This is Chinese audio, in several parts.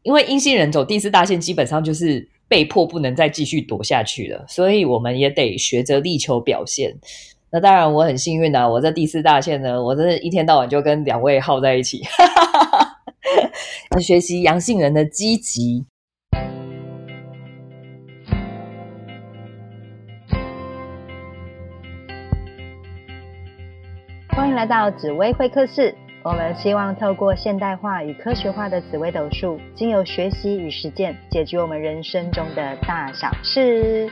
因为阴性人走第四大线基本上就是被迫不能再继续躲下去了，所以我们也得学着力求表现。那当然我很幸运啊，我在第四大线呢，我真的一天到晚就跟2位耗在一起要学习阳性人的积极。 欢迎来到紫微会客室，我们希望透过现代化与科学化的紫微斗数，经由学习与实践，解决我们人生中的大小事。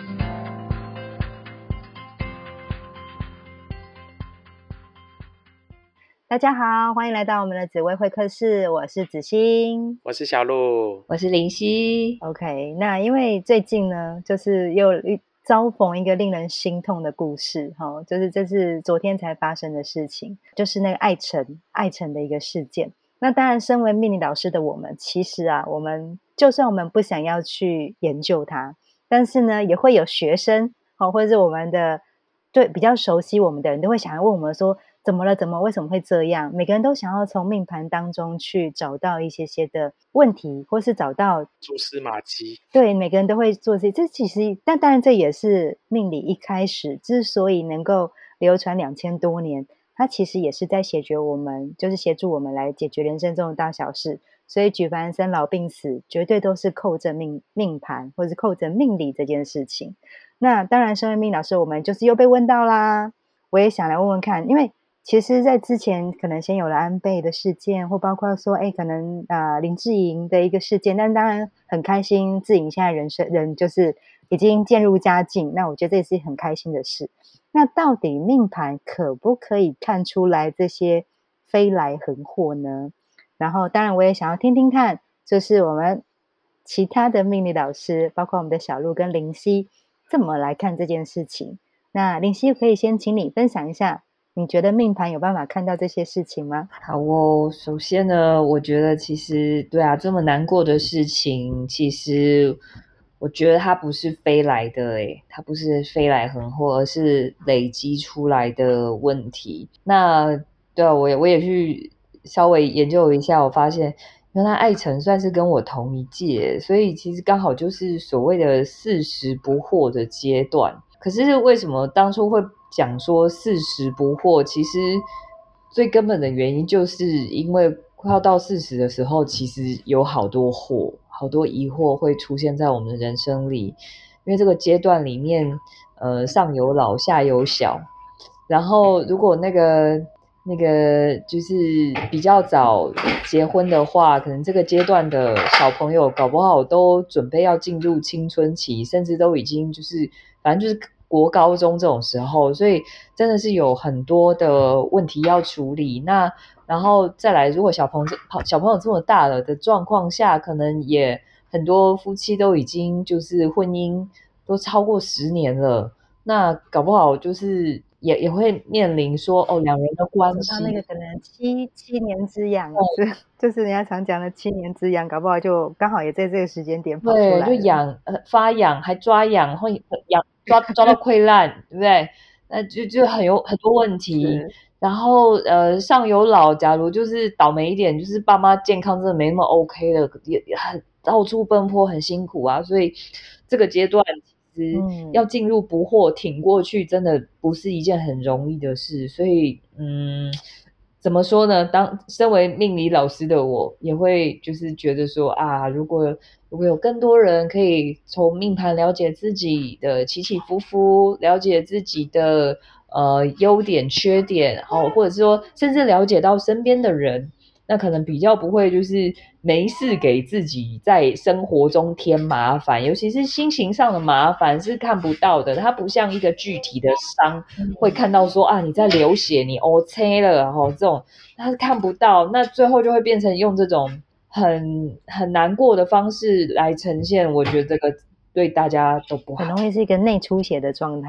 大家好，欢迎来到我们的紫微会客室，我是子欣， 我是小鹿， 我是林夕。 OK， 那因为最近呢，就是又遭逢一个令人心痛的故事，就是这是昨天才发生的事情，就是那个爱晨的一个事件。那当然身为命理老师的我们，其实啊，我们就算我们不想要去研究它，但是呢也会有学生或者是我们的对比较熟悉我们的人都会想要问我们说怎么了，为什么会这样，每个人都想要从命盘当中去找到一些的问题，或是找到蛛丝马迹。对， 每个人都会做这其实但当然这也是命理一开始之所以能够流传2000多年，它其实也是在协助我们来解决人生中的大小事。所以举凡生老病死绝对都是扣着命盘或是扣着命理这件事情。那当然身为命理老师，我们就是又被问到啦，我也想来问问看，因为其实在之前可能先有了安倍的事件，或包括说可能林志颖的一个事件，但当然很开心志颖现在人就是已经渐入佳境，那我觉得这也是很开心的事。那到底命盘可不可以看出来这些飞来横祸呢？然后当然我也想要听听看，就是我们其他的命理老师，包括我们的小鹿跟林夕怎么来看这件事情。那林夕可以先请你分享一下，你觉得命盘有办法看到这些事情吗？ 好哦，首先呢，我觉得其实对啊，这么难过的事情，其实我觉得它不是飞来的它不是飞来横祸，而是累积出来的问题。那对啊，我也去稍微研究一下，我发现原来爱晨算是跟我同一届，所以其实刚好就是所谓的40不惑的阶段。可是为什么当初会讲说40不惑？其实最根本的原因就是因为快要到40的时候，其实有好多疑惑会出现在我们的人生里。因为这个阶段里面上有老下有小，然后如果那个就是比较早结婚的话，可能这个阶段的小朋友搞不好都准备要进入青春期，甚至都已经就是反正就是国高中这种时候，所以真的是有很多的问题要处理。那然后再来，如果小朋友这么大了的状况下，可能也很多夫妻都已经就是婚姻都超过10年了，那搞不好就是也会面临说两人的关系， 他那个可能七年之痒，就是人家常讲的7年之痒，搞不好就刚好也在这个时间点跑出来了。 对，就发痒，还抓痒，会抓到溃烂，对不对？那就很多问题。然后上有老，假如就是倒霉一点，就是爸妈健康真的没那么 OK 了，也很到处奔波，很辛苦啊。所以这个阶段其实要进入不惑挺过去，真的不是一件很容易的事。所以怎么说呢？身为命理老师的我，也会就是觉得说如果有更多人可以从命盘了解自己的起起伏伏，了解自己的优点缺点，或者是说甚至了解到身边的人，那可能比较不会就是没事给自己在生活中添麻烦，尤其是心情上的麻烦是看不到的，它不像一个具体的伤会看到说你在流血，你 OK 了，然后这种它是看不到，那最后就会变成用这种很难过的方式来呈现。我觉得这个对大家都不好， 可能会是一个内出血的状态。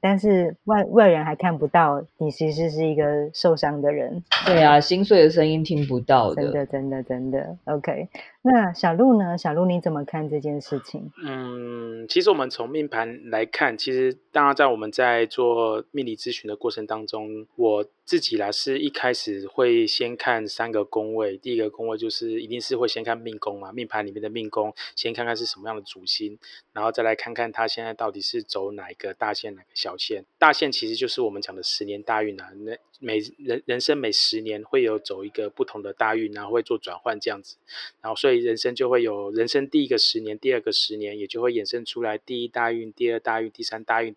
但是外人还看不到你其实是一个受伤的人。 对啊，心碎的声音听不到的。 真的 OK。 那小鹿呢？小鹿你怎么看这件事情？ 其实我们从命盘来看，其实当然在我们在做命理咨询的过程当中，我自己啦是一开始会先看3个宫位。第一个宫位就是一定是会先看命宫嘛，命盘里面的命宫，先看看是什么样的主星，然后再来看看它现在到底是走哪个大线哪个小线。大线其实就是我们讲的10年大运啊，人生每10年会有走一个不同的大运，然后会做转换这样子，然后所以人生就会有人生第一个10年，第二个10年，也就会衍生出来第1大运、第2大运、第3大运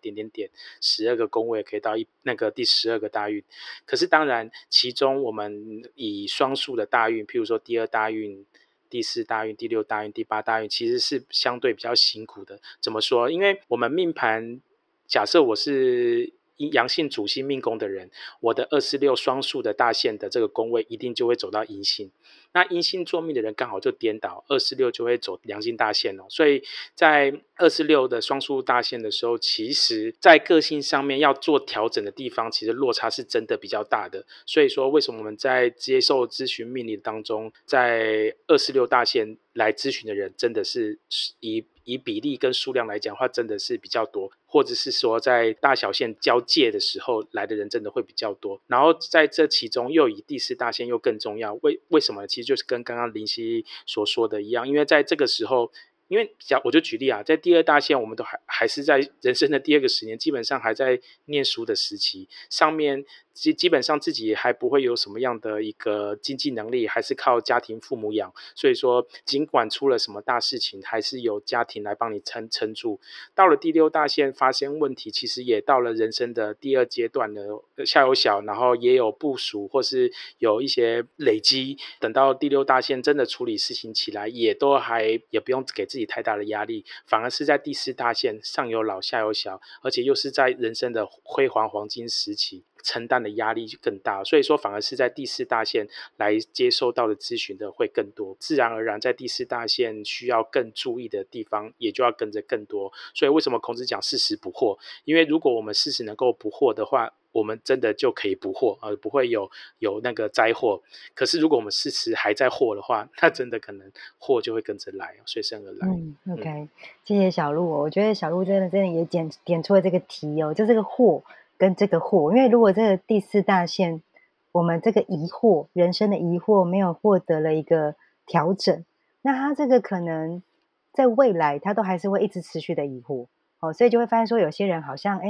12个宫位可以到那个第12个大运。可是当然其中我们以双数的大运，譬如说第2大运、第4大运、第6大运、第8大运，其实是相对比较辛苦的。怎么说？因为我们命盘，假设我是阳性主星命宫的人，我的246双数的大限的这个宫位一定就会走到阴性。那阴性坐命的人刚好就颠倒，246就会走良性大限哦。所以在246的双数大限的时候，其实在个性上面要做调整的地方，其实落差是真的比较大的。所以说为什么我们在接受咨询命理当中，在246大限来咨询的人真的是以比例跟数量来讲的话，真的是比较多，或者是说在大小线交界的时候来的人真的会比较多。然后在这其中又以第4大限又更重要，为什么呢？其实就是跟刚刚林夕所说的一样，因为在这个时候，因为我就举例啊，在第2大限我们都还是在人生的第2个10年，基本上还在念书的时期，上面基本上自己还不会有什么样的一个经济能力，还是靠家庭父母养，所以说尽管出了什么大事情，还是有家庭来帮你撑住。到了第6大限发生问题，其实也到了人生的第2阶段了，下有小，然后也有部署或是有一些累积，等到第6大限真的处理事情起来，也不用给自己太大的压力，反而是在第4大限上有老下有小，而且又是在人生的辉煌黄金时期，承担的压力就更大，所以说反而是在第4大限来接受到的咨询的会更多，自然而然在第4大限需要更注意的地方也就要跟着更多。所以为什么孔子讲四时不惑？因为如果我们四时能够不惑的话，我们真的就可以不惑，不会有那个灾祸。可是如果我们四时还在惑的话，那真的可能祸就会跟着来，随身而来。 OK，谢谢小鹿。我觉得小鹿真的也点出了这个题哦，就这个惑跟这个惑。因为如果这个第4大限，我们这个疑惑，人生的疑惑没有获得了一个调整，那它这个可能在未来它都还是会一直持续的疑惑。所以就会发现说有些人好像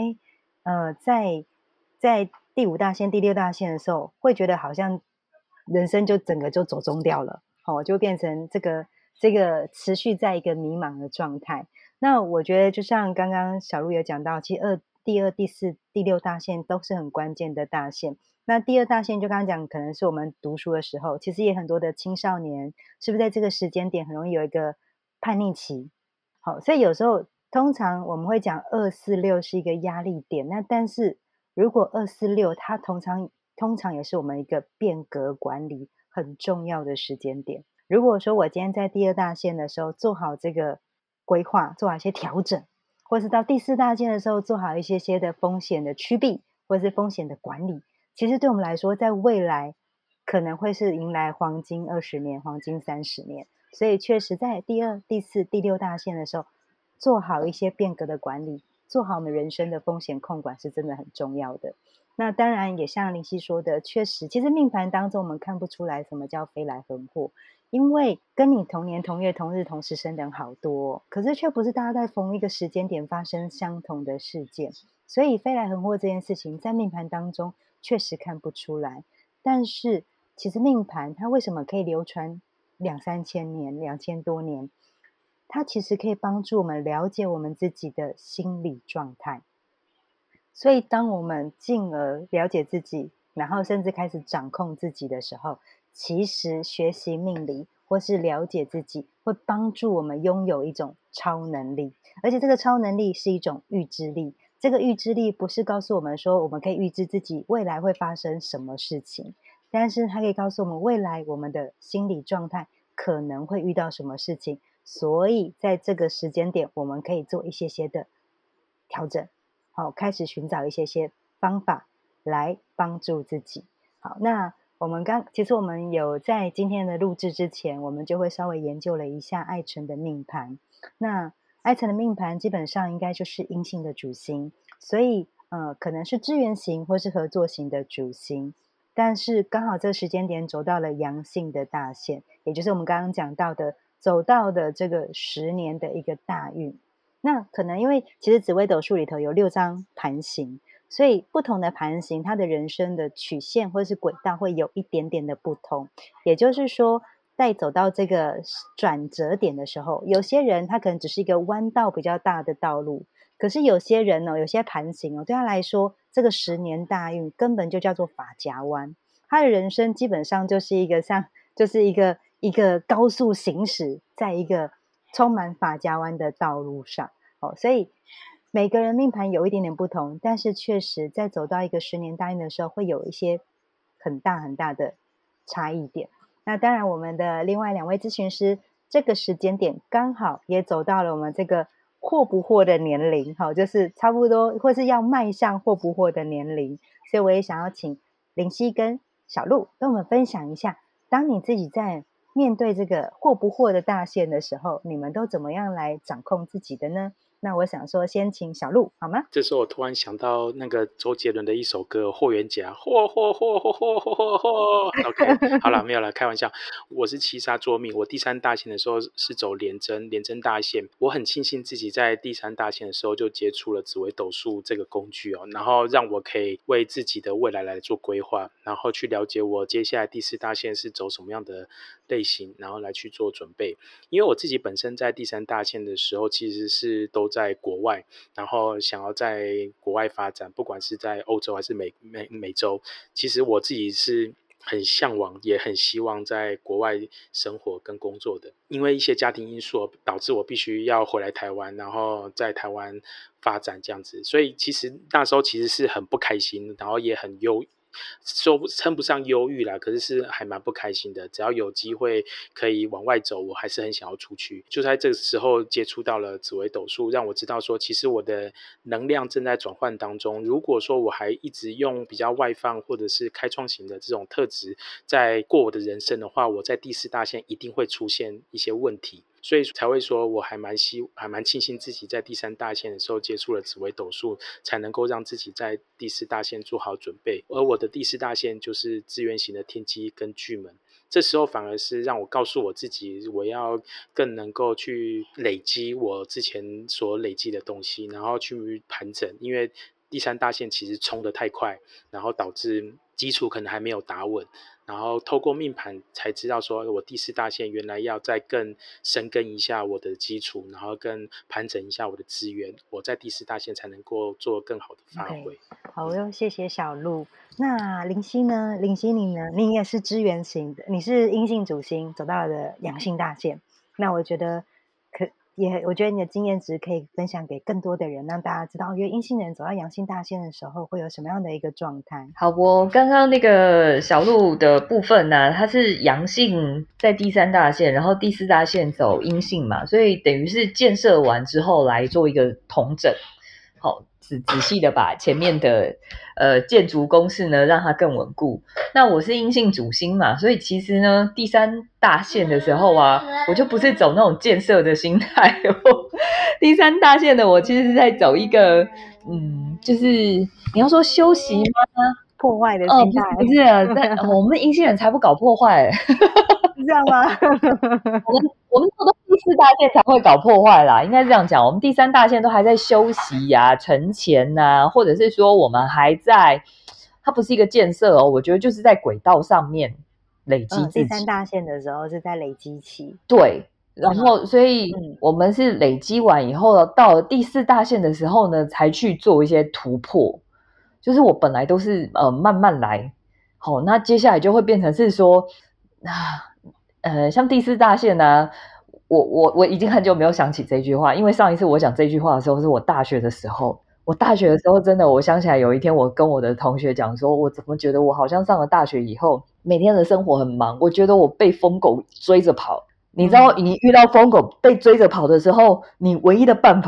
在第5大限、第6大限的时候，会觉得好像人生就整个就走中掉了，就变成这个持续在一个迷茫的状态。那我觉得就像刚刚小鹿有讲到，其实第2、第4、第6大限都是很关键的大限。那第2大限就刚刚讲，可能是我们读书的时候，其实也很多的青少年是不是在这个时间点很容易有一个叛逆期。好，所以有时候通常我们会讲246是一个压力点，那但是如果246它通常也是我们一个变革管理很重要的时间点。如果说我今天在第2大限的时候做好这个规划，做好一些调整，或是到第4大限的时候做好一些的风险的趋避，或是风险的管理，其实对我们来说在未来可能会是迎来黄金20年、黄金30年。所以确实在第2、第4、第6大限的时候做好一些变革的管理，做好我们人生的风险控管是真的很重要的。那当然也像林夕说的，确实其实命盘当中我们看不出来什么叫飞来横祸，因为跟你同年同月同日同时生的人好多，可是却不是大家在同一个时间点发生相同的事件。所以飞来横祸这件事情在命盘当中确实看不出来。但是其实命盘它为什么可以流传2、3千年、2000多年，它其实可以帮助我们了解我们自己的心理状态。所以当我们进而了解自己，然后甚至开始掌控自己的时候，其实学习命理或是了解自己会帮助我们拥有一种超能力。而且这个超能力是一种预知力，这个预知力不是告诉我们说我们可以预知自己未来会发生什么事情，但是它可以告诉我们未来我们的心理状态可能会遇到什么事情，所以在这个时间点我们可以做一些的调整， 开始寻找一些方法来帮助自己。好，那其实我们有在今天的录制之前，我们就会稍微研究了一下艾辰的命盘。那艾辰的命盘基本上应该就是阴性的主星，所以可能是支援型或是合作型的主星，但是刚好这时间点走到了阳性的大限，也就是我们刚刚讲到的走到的这个10年的一个大运。那可能因为其实紫微斗数里头有6张盘型，所以不同的盘型它的人生的曲线或是轨道会有一点点的不同，也就是说在走到这个转折点的时候，有些人他可能只是一个弯道比较大的道路，可是有些人有些盘型对他来说，这个10年大运根本就叫做发夹弯，他的人生基本上就是一个高速行驶在一个充满发夹弯的道路上。所以每个人命盘有一点点不同，但是确实在走到一个10年大运的时候，会有一些很大很大的差异点。那当然我们的另外2位咨询师这个时间点刚好也走到了我们这个或不惑的年龄，就是差不多或是要迈向或不惑的年龄，所以我也想要请林夕跟小鹿跟我们分享一下，当你自己在面对这个或不惑的大限的时候，你们都怎么样来掌控自己的呢？那我想说先请小鹿好吗？ 这时候我突然想到那个周杰伦的一首歌《霍元甲》，霍 OK 好了，没有了，开玩笑。我是七杀坐命，我第3大线的时候是走廉贞大线，我很庆幸自己在第3大线的时候就接触了紫微斗数这个工具然后让我可以为自己的未来来做规划，然后去了解我接下来第4大线是走什么样的类型，然后来去做准备。因为我自己本身在第3大线的时候其实是都在国外，然后想要在国外发展，不管是在欧洲还是美洲，其实我自己是很向往也很希望在国外生活跟工作的，因为一些家庭因素导致我必须要回来台湾，然后在台湾发展这样子，所以其实那时候其实是很不开心，然后也很称不上忧郁啦，可是还蛮不开心的。只要有机会可以往外走，我还是很想要出去。就在这个时候接触到了紫微斗数，让我知道说其实我的能量正在转换当中。如果说我还一直用比较外放或者是开创型的这种特质在过我的人生的话，我在第4大线一定会出现一些问题，所以才会说我还蛮庆幸自己在第3大线的时候接触了紫微斗数，才能够让自己在第4大线做好准备。而我的第4大线就是资源型的天机跟巨门，这时候反而是让我告诉我自己，我要更能够去累积我之前所累积的东西，然后去盘整。因为第3大线其实冲得太快，然后导致基础可能还没有打稳，然后透过命盘才知道说我第4大线原来要再更深耕一下我的基础，然后更盘整一下我的资源，我在第4大线才能够做更好的发挥。 好哟，谢谢小鹿。那林夕呢？林夕你呢？你也是支援型的，你是阴性主星走到了阳性大线，那我觉得我觉得你的经验值可以分享给更多的人，让大家知道因为阴性人走到阳性大线的时候会有什么样的一个状态。 好，刚刚那个小鹿的部分呢，它是阳性在第3大线，然后第4大线走阴性嘛，所以等于是建设完之后来做一个统整，好，仔细的把前面的建筑公式呢让它更稳固。那我是阴性主星嘛，所以其实呢第3大线的时候啊，我就不是走那种建设的心态第3大线的我其实是在走一个就是你要说休息吗？ 破坏的心态？ 不是我们阴性人才不搞破坏是这样吗？ 我们都第4大线才会搞破坏啦，应该这样讲。我们第3大线都还在休息沉钱或者是说我们还在，它不是一个建设我觉得就是在轨道上面累积自己。 第3大线的时候是在累积期， 对，然后所以我们是累积完以后到了第4大线的时候呢，才去做一些突破。就是我本来都是慢慢来，好，那接下来就会变成是说像第4大线呢，我已经很久没有想起这句话，因为上一次我讲这句话的时候是我大学的时候。我大学的时候真的，我想起来有一天我跟我的同学讲说，我怎么觉得我好像上了大学以后，每天的生活很忙，我觉得我被疯狗追着跑。你知道你遇到疯狗被追着跑的时候，你唯一的办法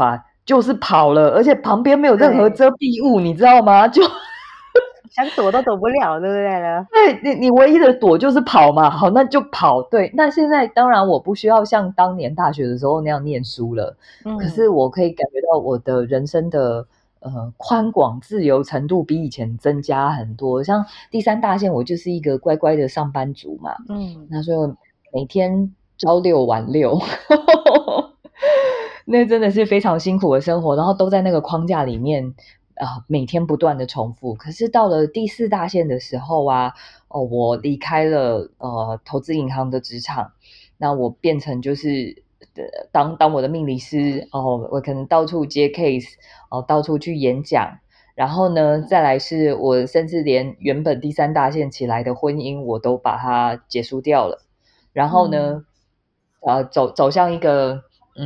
就是跑了，而且旁边没有任何遮蔽物，你知道吗？就想躲都躲不了，对不对了？ 对，你唯一的躲就是跑嘛，好，那就跑。对，那现在当然我不需要像当年大学的时候那样念书了，可是我可以感觉到我的人生的宽广自由程度比以前增加很多。像第三大线，我就是一个乖乖的上班族嘛，那所以每天朝六晚六，那真的是非常辛苦的生活，然后都在那个框架里面。每天不断的重复，可是到了第四大线的时候啊，我离开了投资银行的职场，那我变成就是当我的命理师我可能到处接 case 到处去演讲，然后呢，再来是我甚至连原本第三大线起来的婚姻我都把它结束掉了，然后呢，走向一个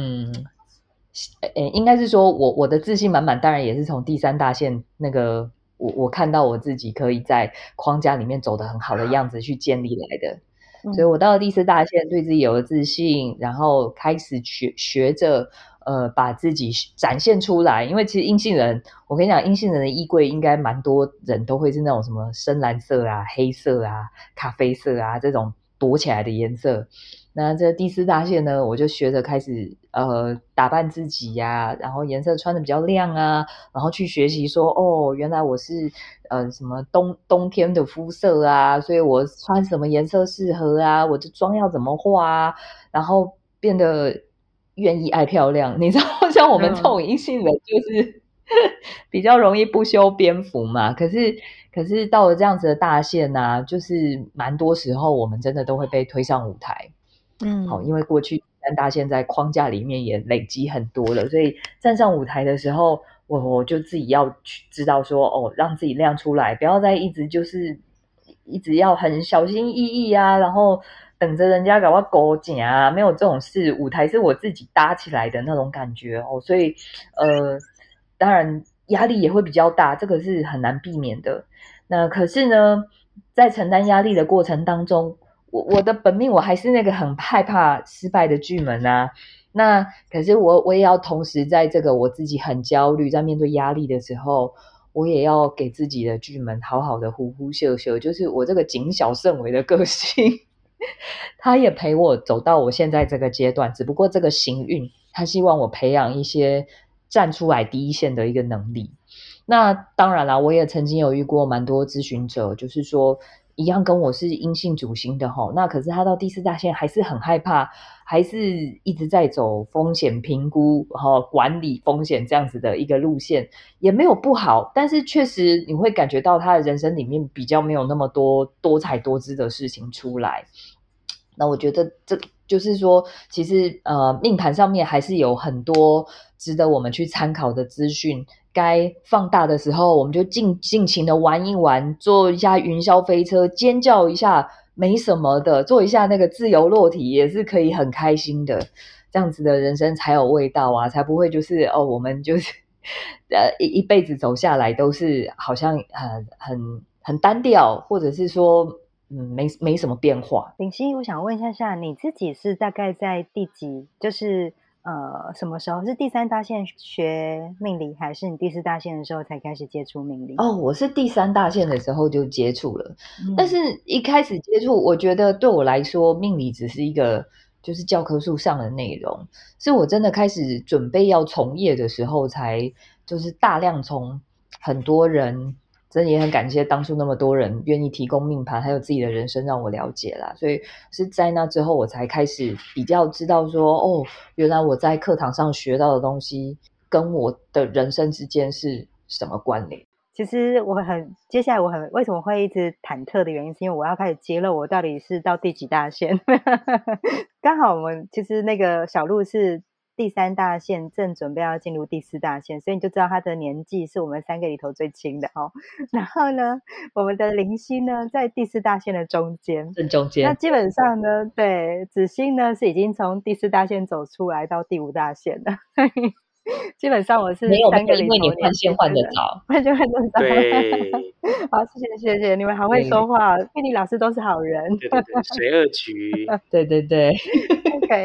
应该是说我的自信满满，当然也是从第三大线那个我看到我自己可以在框架里面走得很好的样子去建立来的，所以我到了第四大线对自己有了自信，然后开始学着把自己展现出来，因为其实阴性人，我跟你讲，阴性人的衣柜应该蛮多人都会是那种什么深蓝色啊、黑色啊、咖啡色啊这种躲起来的颜色。那这第四大线呢，我就学着开始打扮自己呀，然后颜色穿的比较亮啊，然后去学习说原来我是什么冬天的肤色啊，所以我穿什么颜色适合啊，我的妆要怎么化啊，然后变得愿意爱漂亮。你知道像我们这种阴性人就是比较容易不修边幅嘛，可是到了这样子的大线啊，就是蛮多时候我们真的都会被推上舞台。好，因为过去三大线在框架里面也累积很多了，所以站上舞台的时候，我就自己要去知道说让自己亮出来，不要再一直要很小心翼翼啊，然后等着人家给我勾肩啊，没有这种事，舞台是我自己搭起来的那种感觉所以当然压力也会比较大，这个是很难避免的。那可是呢，在承担压力的过程当中，我的本命我还是那个很害怕失败的巨门啊，那可是我也要同时在这个我自己很焦虑，在面对压力的时候，我也要给自己的巨门好好的呼呼秀秀，就是我这个谨小慎微的个性他也陪我走到我现在这个阶段，只不过这个行运他希望我培养一些站出来第一线的一个能力。那当然啦，我也曾经有遇过蛮多咨询者，就是说一样跟我是阴性主星的那可是他到第四大线还是很害怕，还是一直在走风险评估管理风险这样子的一个路线，也没有不好，但是确实你会感觉到他的人生里面比较没有那么多多彩多姿的事情出来。那我觉得这就是说其实命盘上面还是有很多值得我们去参考的资讯，该放大的时候我们就尽情的玩一玩，坐一下云霄飞车，尖叫一下没什么的，做一下那个自由落体也是可以很开心的，这样子的人生才有味道啊，才不会就是我们就是一辈子走下来都是好像很单调，或者是说没什么变化。 秉熙，我想问一下你自己是大概在第几，就是什么时候是第三大线学命理，还是你第四大线的时候才开始接触命理？ 我是第三大线的时候就接触了，但是一开始接触，我觉得对我来说命理只是一个就是教科书上的内容，是我真的开始准备要从业的时候才就是大量从很多人，真的也很感谢当初那么多人愿意提供命盘还有自己的人生让我了解啦，所以是在那之后我才开始比较知道说原来我在课堂上学到的东西跟我的人生之间是什么关联。 其实接下来我为什么会一直忐忑的原因是因为我要开始揭露我到底是到第几大线刚好我们其实那个小鹿是第三大线正准备要进入第四大线，所以你就知道他的年纪是我们三个里头最轻的然后呢我们的灵星呢在第四大线的中间， 正中间。 那基本上呢对子星呢是已经从第四大线走出来到第五大线了基本上我是三个里头， 因为你换线换得早， 换线换得早。 对， 好，谢谢，你们好会说话，命理老师都是好人。 对，水二局。 对。 OK，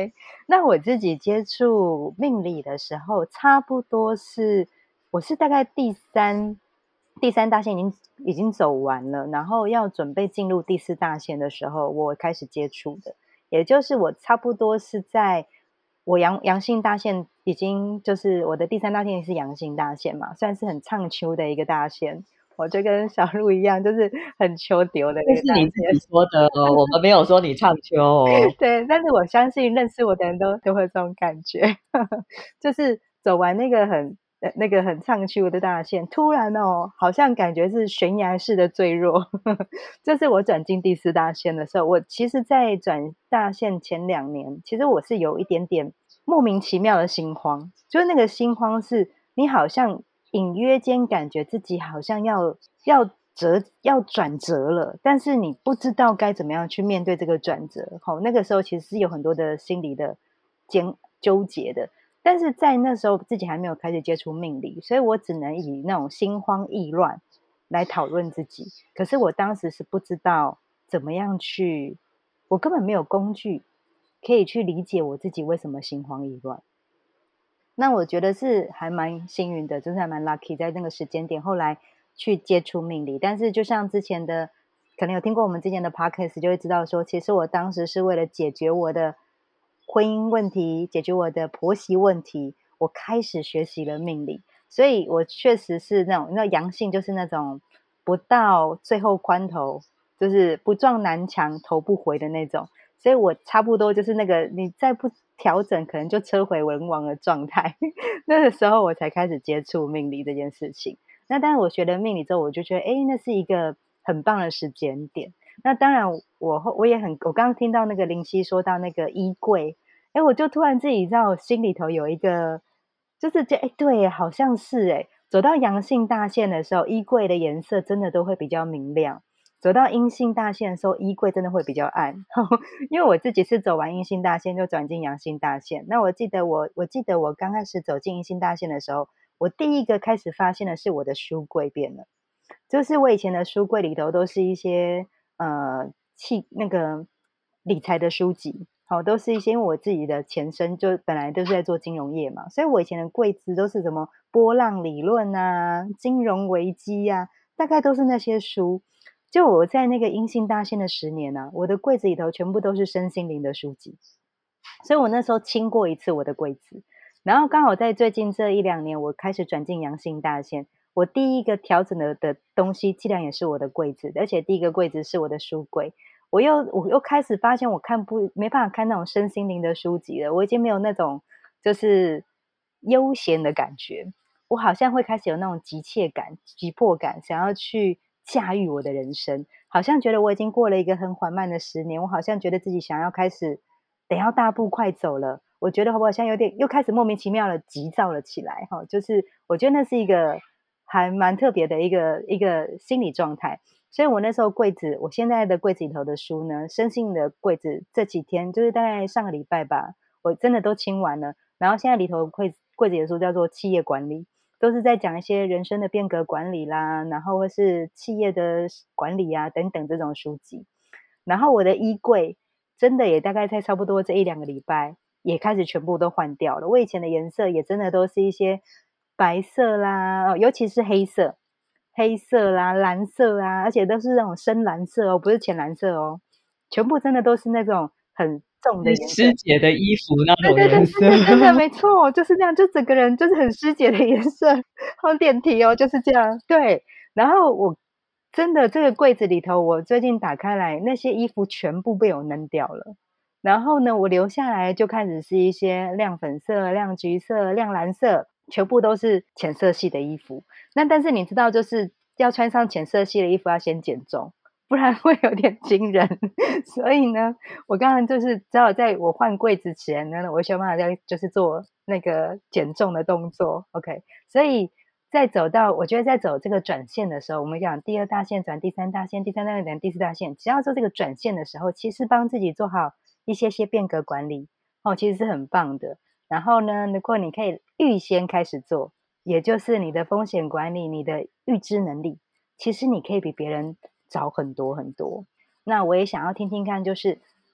那我自己接触命理的时候，差不多是我是大概第三大线已经走完了，然后要准备进入第四大线的时候，我开始接触的，也就是我差不多是在我阳性大线已经就是我的第三大线是阳性大线嘛，算是很唱秋的一个大线。我就跟小鹿一样，就是很秋丢的那个大线。 这是你自己说的哦，我们没有说你唱秋哦。 对，但是我相信认识我的人都会这种感觉，就是走完那个很唱秋的大线，突然哦，好像感觉是悬崖式的坠落。就是我转进第四大线的时候，我其实在转大线前2年，其实我是有一点点莫名其妙的心慌，就是那个心慌是你好像隐约间感觉自己好像要转折了，但是你不知道该怎么样去面对这个转折。那个时候其实是有很多的心理的纠结的，但是在那时候自己还没有开始接触命理，所以我只能以那种心慌意乱来讨论自己。可是我当时是不知道怎么样去，我根本没有工具可以去理解我自己为什么心慌意乱。那我觉得是还蛮幸运的，就是还蛮 lucky 在那个时间点后来去接触命理。但是就像之前的可能有听过我们之前的 podcast 就会知道说，其实我当时是为了解决我的婚姻问题，解决我的婆媳问题，我开始学习了命理。所以我确实是那种阳性，就是那种不到最后关头就是不撞南墙头不回的那种，所以我差不多就是那个你再不调整可能就车毁人亡的状态。那个时候我才开始接触命理这件事情。那当然我学了命理之后，我就觉得那是一个很棒的时间点。那当然我刚刚听到那个林夕说到那个衣柜，我就突然自己知道心里头有一个就是对，好像是走到阳性大线的时候，衣柜的颜色真的都会比较明亮，走到阴性大线的时候，衣柜真的会比较暗。因为我自己是走完阴性大线就转进阳性大线。那我记得我刚开始走进阴性大线的时候，我第一个开始发现的是我的书柜变了。就是我以前的书柜里头都是一些那个理财的书籍，都是一些因为我自己的前身就本来都是在做金融业嘛，所以我以前的柜子都是什么波浪理论啊、金融危机啊，大概都是那些书。就我在那个阴性大线的10年啊，我的柜子里头全部都是身心灵的书籍，所以我那时候清过一次我的柜子。然后刚好在最近这1-2年，我开始转进阳性大线，我第一个调整的东西既然也是我的柜子，而且第一个柜子是我的书柜。我又开始发现我没办法看那种身心灵的书籍了，我已经没有那种就是悠闲的感觉，我好像会开始有那种急切感、急迫感，想要去驾驭我的人生，好像觉得我已经过了一个很缓慢的10年，我好像觉得自己想要开始得要大步快走了，我觉得我好像有点又开始莫名其妙的急躁了起来。就是我觉得那是一个还蛮特别的一个心理状态。所以我那时候我现在的柜子里头的书呢，身心的柜子这几天就是大概上个礼拜吧，我真的都清完了。然后现在里头柜子里的书叫做企业管理，都是在讲一些人生的变革管理啦，然后或是企业的管理啊等等这种书籍。然后我的衣柜真的也大概在差不多这1-2个礼拜也开始全部都换掉了。我以前的颜色也真的都是一些白色啦，尤其是黑色啦、蓝色啊，而且都是那种深蓝色哦，不是浅蓝色哦，全部真的都是那种很重的颜色， 师姐的衣服那种对， 颜色。 真的没错，就是那样，就整个人就是很师姐的颜色。好点题哦，就是这样。对，然后我真的这个柜子里头，我最近打开来，那些衣服全部被我扔掉了。然后呢，我留下来就开始是一些亮粉色、亮橘色、亮蓝色，全部都是浅色系的衣服。那但是你知道，就是要穿上浅色系的衣服要先减重，不然会有点惊人。所以呢，我刚刚就是只好在我换柜子前呢，我想办法就是做那个减重的动作。OK， 所以我觉得在走这个转线的时候，我们讲第2大线转第3大线，第3大线转第4大线，只要做这个转线的时候，其实帮自己做好一些变革管理其实是很棒的。然后呢，如果你可以预先开始做，也就是你的风险管理、你的预知能力，其实你可以比别人早很多很多。那我也想要听听看，就是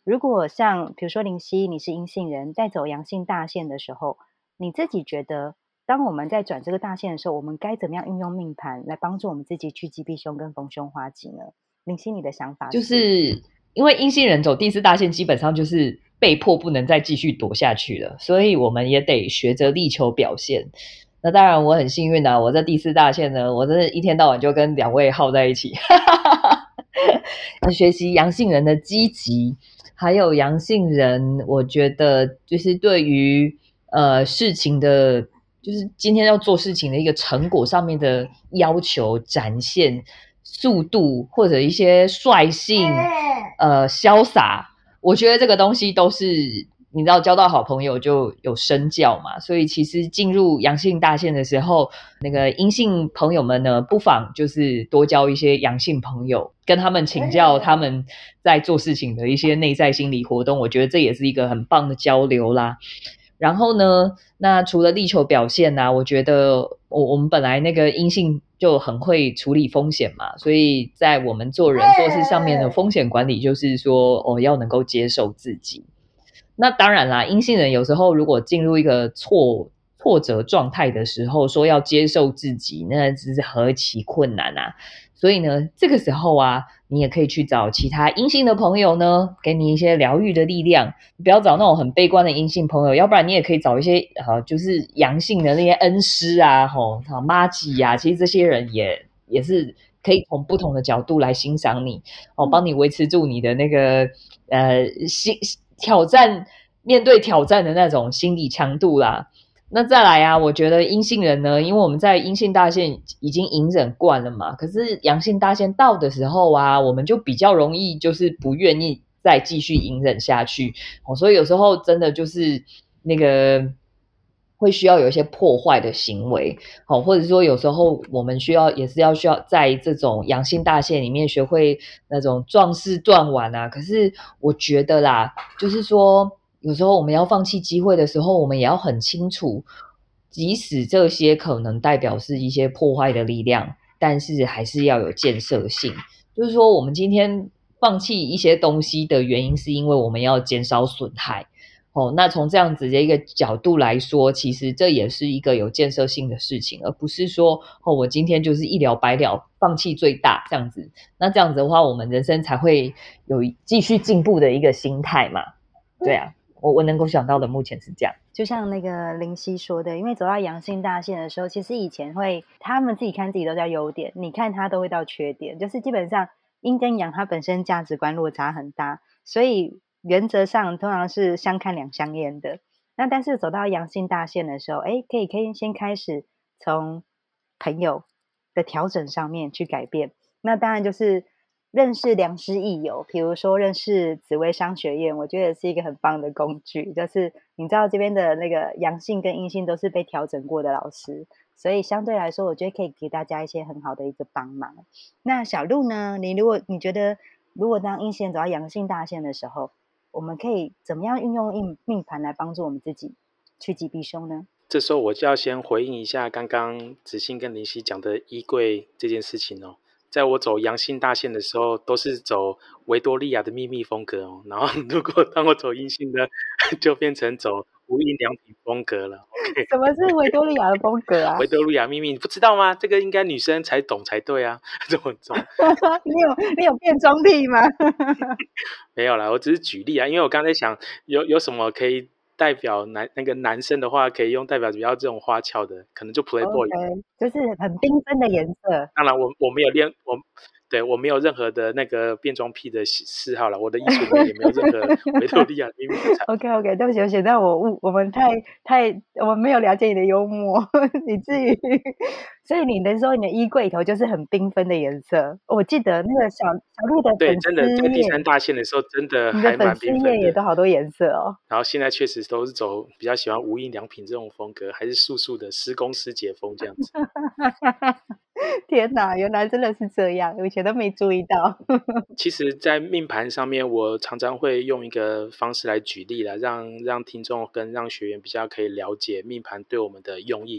如果像比如说林夕你是阴性人，带走阳性大限的时候，你自己觉得当我们在转这个大限的时候，我们该怎么样运用命盘来帮助我们自己趋吉避凶跟逢凶化吉呢？林夕你的想法就是因为阴性人走第4大限基本上就是被迫不能再继续躲下去了，所以我们也得学着力求表现。那当然我很幸运啊，我在第4大限呢，我真的一天到晚就跟2位耗在一起学习阳性人的积极，还有阳性人我觉得就是对于事情的就是今天要做事情的一个成果上面的要求展现速度或者一些率性潇洒，我觉得这个东西都是你知道交到好朋友就有身教嘛，所以其实进入阳性大限的时候，那个阴性朋友们呢，不妨就是多交一些阳性朋友，跟他们请教他们在做事情的一些内在心理活动，我觉得这也是一个很棒的交流啦。然后呢，那除了力求表现啊，我觉得我们本来那个阴性就很会处理风险嘛，所以在我们做人做事上面的风险管理就是说要能够接受自己。那当然啦，阴性人有时候如果进入一个挫折状态的时候，说要接受自己，那只是何其困难啊。所以呢，这个时候啊，你也可以去找其他阴性的朋友呢，给你一些疗愈的力量。不要找那种很悲观的阴性朋友，要不然你也可以找一些就是阳性的那些恩师啊，妈吉啊，其实这些人也是可以从不同的角度来欣赏你，帮你维持住你的那个面对挑战的那种心理强度啦。那再来啊，我觉得阴性人呢，因为我们在阴性大限已经隐忍惯了嘛，可是阳性大限到的时候啊，我们就比较容易就是不愿意再继续隐忍下去，所以有时候真的就是那个会需要有一些破坏的行为，或者说有时候我们需要在这种阳性大限里面学会那种壮士断腕啊。可是我觉得啦，就是说有时候我们要放弃机会的时候，我们也要很清楚，即使这些可能代表是一些破坏的力量，但是还是要有建设性。就是说我们今天放弃一些东西的原因是因为我们要减少损害。那从这样子的一个角度来说，其实这也是一个有建设性的事情，而不是说我今天就是一了百了，放弃最大这样子。那这样子的话，我们人生才会有继续进步的一个心态嘛。对啊，我能够想到的目前是这样。 就像那个林夕说的，因为走到阳性大限的时候，其实以前会他们自己看自己都叫优点，你看他都会到缺点，就是基本上阴跟阳它本身价值观落差很大，所以原则上通常是相看两相厌的。那但是走到阳性大限的时候，可以先开始从朋友的调整上面去改变。那当然就是认识良师益友，比如说认识紫微商学院，我觉得是一个很棒的工具。就是你知道这边的那个阳性跟阴性都是被调整过的老师，所以相对来说，我觉得可以给大家一些很好的一个帮忙。那小鹿呢？你觉得如果当阴性走到阳性大限的时候，我们可以怎么样运用命盘来帮助我们自己趋吉避凶呢？ 这时候我就要先回应一下刚刚子欣跟林夕讲的衣柜这件事情哦。在我走阳性大限的时候，都是走维多利亚的秘密风格哦。然后如果当我走阴性的，就变成走无印良品风格了。Okay、 什么是维多利亚的风格啊？ 维多利亚秘密你不知道吗？这个应该女生才懂才对啊。这么重你有变装癖吗？ 没有啦，我只是举例啊，因为我刚才想有什么可以代表那个男生的话，可以用代表比较这种花俏的，可能就 Playboy， 就是很缤纷的颜色。 当然我没有我没有任何的那个变装癖的嗜好了，我的衣橱里面也没有任何维多利亚秘密的产品。 OK， 对不起，那我们我们没有了解你的幽默，以至于，所以你能说你的衣柜头就是很缤纷的颜色？我记得那个小鹿的粉丝页， 对，真的在第3大限的时候，真的还蛮缤纷的。 你的粉丝页也都好多颜色哦。 然后现在确实都是走比较喜欢无印良品这种风格，还是素素的施工师姐风这样子。 天哪，原来真的是这样，我以前都没注意到。 其实在命盘上面，我常常会用一个方式来举例啦，让听众跟让学员比较可以了解命盘对我们的用意。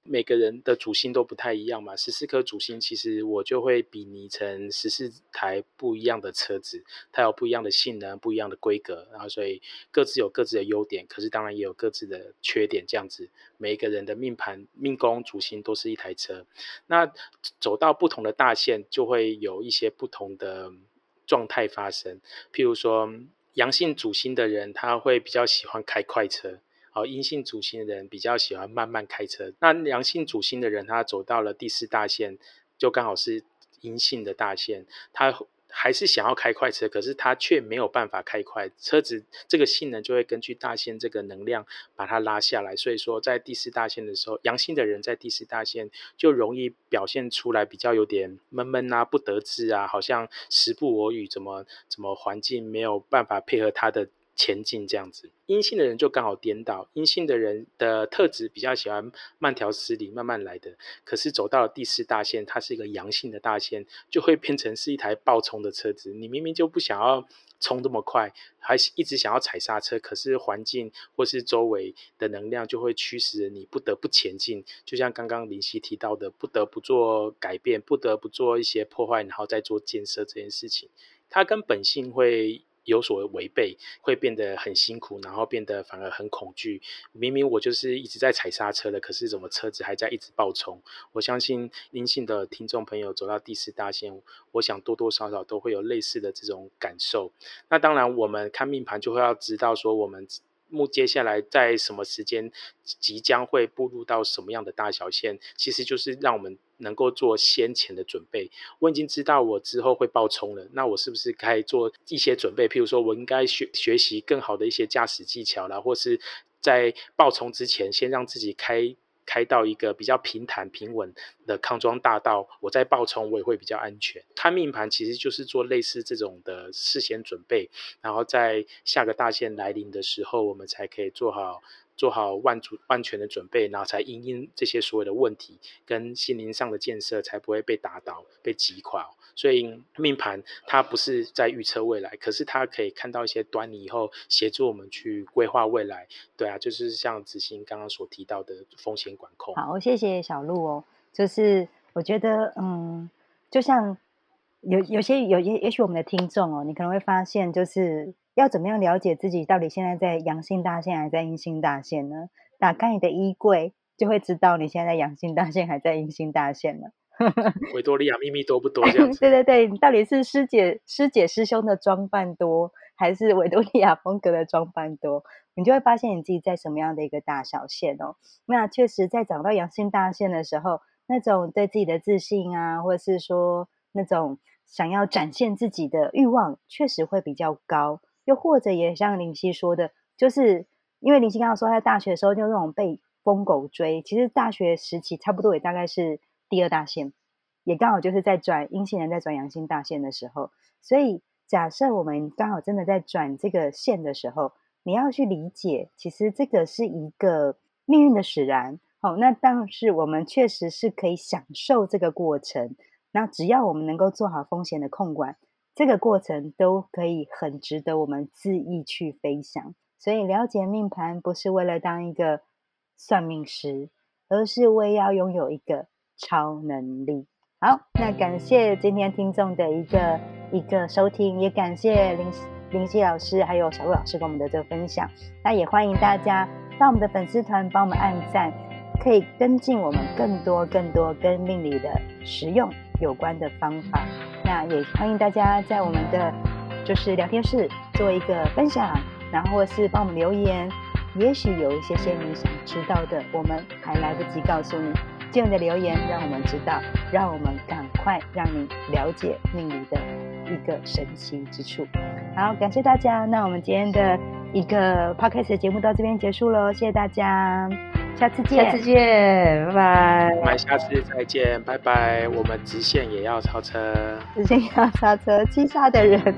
每个人的主星都不太一样嘛，14颗主星其实我就会比拟成14台不一样的车子，它有不一样的性能，不一样的规格，然后所以各自有各自的优点，可是当然也有各自的缺点，这样子每一个人的命盘命宫主星都是一台车。那走到不同的大线就会有一些不同的状态发生，譬如说阳性主星的人他会比较喜欢开快车，阴性主星的人比较喜欢慢慢开车。那阳性主星的人他走到了第4大线就刚好是阴性的大线，他还是想要开快车，可是他却没有办法开快，车子这个性能就会根据大线这个能量把它拉下来。所以说在第4大线的时候，阳性的人在第4大线就容易表现出来比较有点闷闷啊，不得志啊，好像时不我与，怎么环境没有办法配合他的前进这样子。阴性的人就刚好颠倒，阴性的人的特质比较喜欢慢条斯理慢慢来的，可是走到了第4大线，它是一个阳性的大线，就会变成是一台爆冲的车子。你明明就不想要冲这么快，还一直想要踩刹车，可是环境或是周围的能量就会驱使你不得不前进，就像刚刚林夕提到的，不得不做改变，不得不做一些破坏，然后再做建设这件事情，它跟本性会有所违背，会变得很辛苦，然后变得反而很恐惧。明明我就是一直在踩刹车的，可是怎么车子还在一直爆冲？我相信阴性的听众朋友走到第4大线，我想多多少少都会有类似的这种感受。那当然我们看命盘就会要知道说我们接下来在什么时间即将会步入到什么样的大小线，其实就是让我们能够做先前的准备。我已经知道我之后会爆冲了，那我是不是该做一些准备？譬如说我应该学习更好的一些驾驶技巧啦，或是在爆冲之前先让自己开到一个比较平坦平稳的康庄大道，我在爆冲我也会比较安全。看命盘其实就是做类似这种的事先准备，然后在下个大线来临的时候，我们才可以做好万全的准备，然后才因应这些所有的问题跟心灵上的建设才不会被打倒被击垮。所以命盘它不是在预测未来，可是它可以看到一些端倪以后协助我们去规划未来。对啊，就是像子欣刚刚所提到的风险管控。 好，谢谢小鹿哦。就是我觉得就像也许我们的听众哦，你可能会发现就是要怎么样了解自己到底现在在阳性大线还是在阴性大线呢？打开你的衣柜就会知道你现在在阳性大线还是在阴性大线了。 维多利亚秘密多不多这样子？ 对对对，你到底是师姐师兄的装扮多，还是维多利亚风格的装扮多？你就会发现你自己在什么样的一个大小线哦。那确实在长到阳性大线的时候，那种对自己的自信啊，或者是说那种想要展现自己的欲望确实会比较高。又或者也像林夕说的，就是因为林夕刚刚说他在大学的时候就那种被疯狗追，其实大学时期差不多也大概是第2大线，也刚好就是在转阴性人在转阳性大线的时候。所以假设我们刚好真的在转这个线的时候，你要去理解其实这个是一个命运的使然。那但是我们确实是可以享受这个过程，那只要我们能够做好风险的控管，这个过程都可以很值得我们恣意去飞翔。所以了解命盘不是为了当一个算命师，而是为要拥有一个超能力。好，那感谢今天听众的一个收听，也感谢林夕老师还有小鹿老师跟我们的这个分享。那也欢迎大家到我们的粉丝团帮我们按赞，可以跟进我们更多跟命理的实用有关的方法。那也欢迎大家在我们的就是聊天室做一个分享，然后或是帮我们留言，也许有一些你想知道的，我们还来不及告诉你，借你的留言让我们知道，让我们赶快让你了解命理的一个神奇之处。好，感谢大家，那我们今天的一个 podcast 的节目到这边结束了，谢谢大家，下次见， 拜拜。 我们下次再见，拜拜。我们直线也要超车， 直线也要超车，七煞的人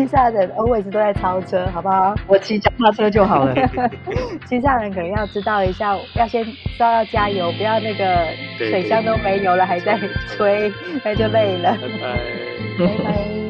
always 都在超车，好不好？ 我骑脚踏车就好了。 七煞人可能要知道一下，要先知道要加油，不要那个水箱都没油了还在吹，那就累了。 拜拜。 拜拜。